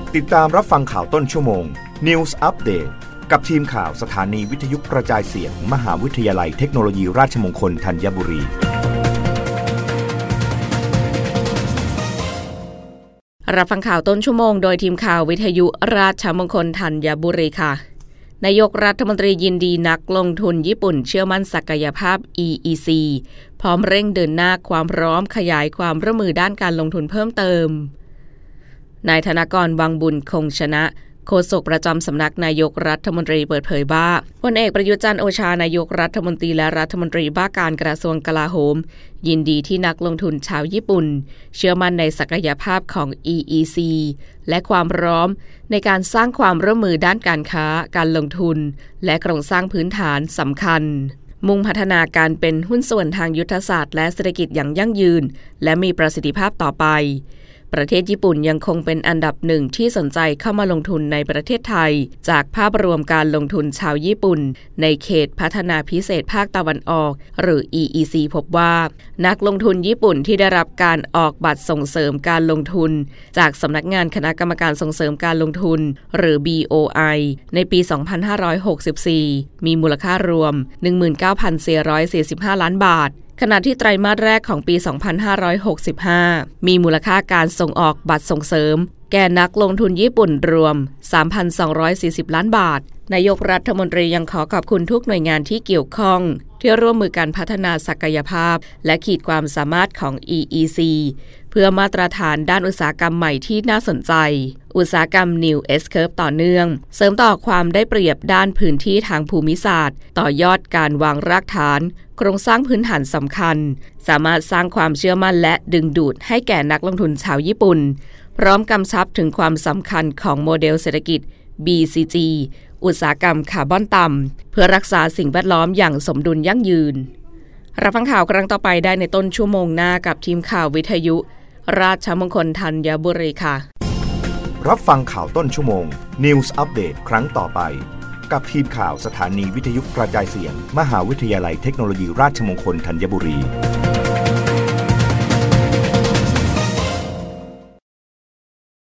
ติดตามรับฟังข่าวต้นชั่วโมง News Update กับทีมข่าวสถานีวิทยุกระจายเสียง มหาวิทยาลัยเทคโนโลยีราชมงคลธัญบุรีรับฟังข่าวต้นชั่วโมงโดยทีมข่าววิทยุราชมงคลธัญบุรีค่ะนายกรัฐมนตรียินดีนักลงทุนญี่ปุ่นเชื่อมั่นศักยภาพ EEC พร้อมเร่งเดินหน้าความพร้อมขยายความร่วมมือด้านการลงทุนเพิ่มเติมนายธนกร วังบุญคงชนะโฆษกประจำสำนักนายกรัฐมนตรีเปิดเผยว่าพลเอกประยุทธ์จันทร์โอชานายกรัฐมนตรีและรัฐมนตรีว่าการกระทรวงกลาโหมยินดีที่นักลงทุนชาวญี่ปุ่นเชื่อมั่นในศักยภาพของ EEC และความพร้อมในการสร้างความร่วมมือด้านการค้าการลงทุนและโครงสร้างพื้นฐานสำคัญมุ่งพัฒนาการเป็นหุ้นส่วนทางยุทธศาสตร์และเศรษฐกิจอย่างยั่งยืนและมีประสิทธิภาพต่อไปประเทศญี่ปุ่นยังคงเป็นอันดับหนึ่งที่สนใจเข้ามาลงทุนในประเทศไทยจากภาพรวมการลงทุนชาวญี่ปุ่นในเขตพัฒนาพิเศษภาคตะวันออกหรือ EEC พบว่านักลงทุนญี่ปุ่นที่ได้รับการออกบัตรส่งเสริมการลงทุนจากสำนักงานคณะกรรมการส่งเสริมการลงทุนหรือ BOI ในปี 2564 มีมูลค่ารวม 19,445 ล้านบาทขณะที่ไตรมาสแรกของปี 2565 มีมูลค่าการส่งออกบัตรส่งเสริมแก่นักลงทุนญี่ปุ่นรวม 3,240 ล้านบาทนายกรัฐมนตรียังขอขอบคุณทุกหน่วยงานที่เกี่ยวข้องที่ร่วมมือกันพัฒนาศักยภาพและขีดความสามารถของ EEC เพื่อมาตรฐานด้านอุตสาหกรรมใหม่ที่น่าสนใจอุตสาหกรรม New S-Curve ต่อเนื่องเสริมต่อความได้เปรียบด้านพื้นที่ทางภูมิศาสตร์ต่อยอดการวางรากฐานโครงสร้างพื้นฐานสำคัญสามารถสร้างความเชื่อมั่นและดึงดูดให้แก่นักลงทุนชาวญี่ปุ่นพร้อมกำชับถึงความสำคัญของโมเดลเศรษฐกิจ BCG อุตสาหกรรมคาร์บอนต่ำเพื่อรักษาสิ่งแวดล้อมอย่างสมดุลยั่งยืนรับฟังข่าวครั้งต่อไปได้ในต้นชั่วโมงหน้ากับทีมข่าววิทยุราชมงคลธัญบุรีค่ะรับฟังข่าวต้นชั่วโมง News Update ครั้งต่อไปกับทีมข่าวสถานีวิทยุกระจายเสียง มหาวิทยาลัยเทคโนโลยีราชมงคลธัญบุรี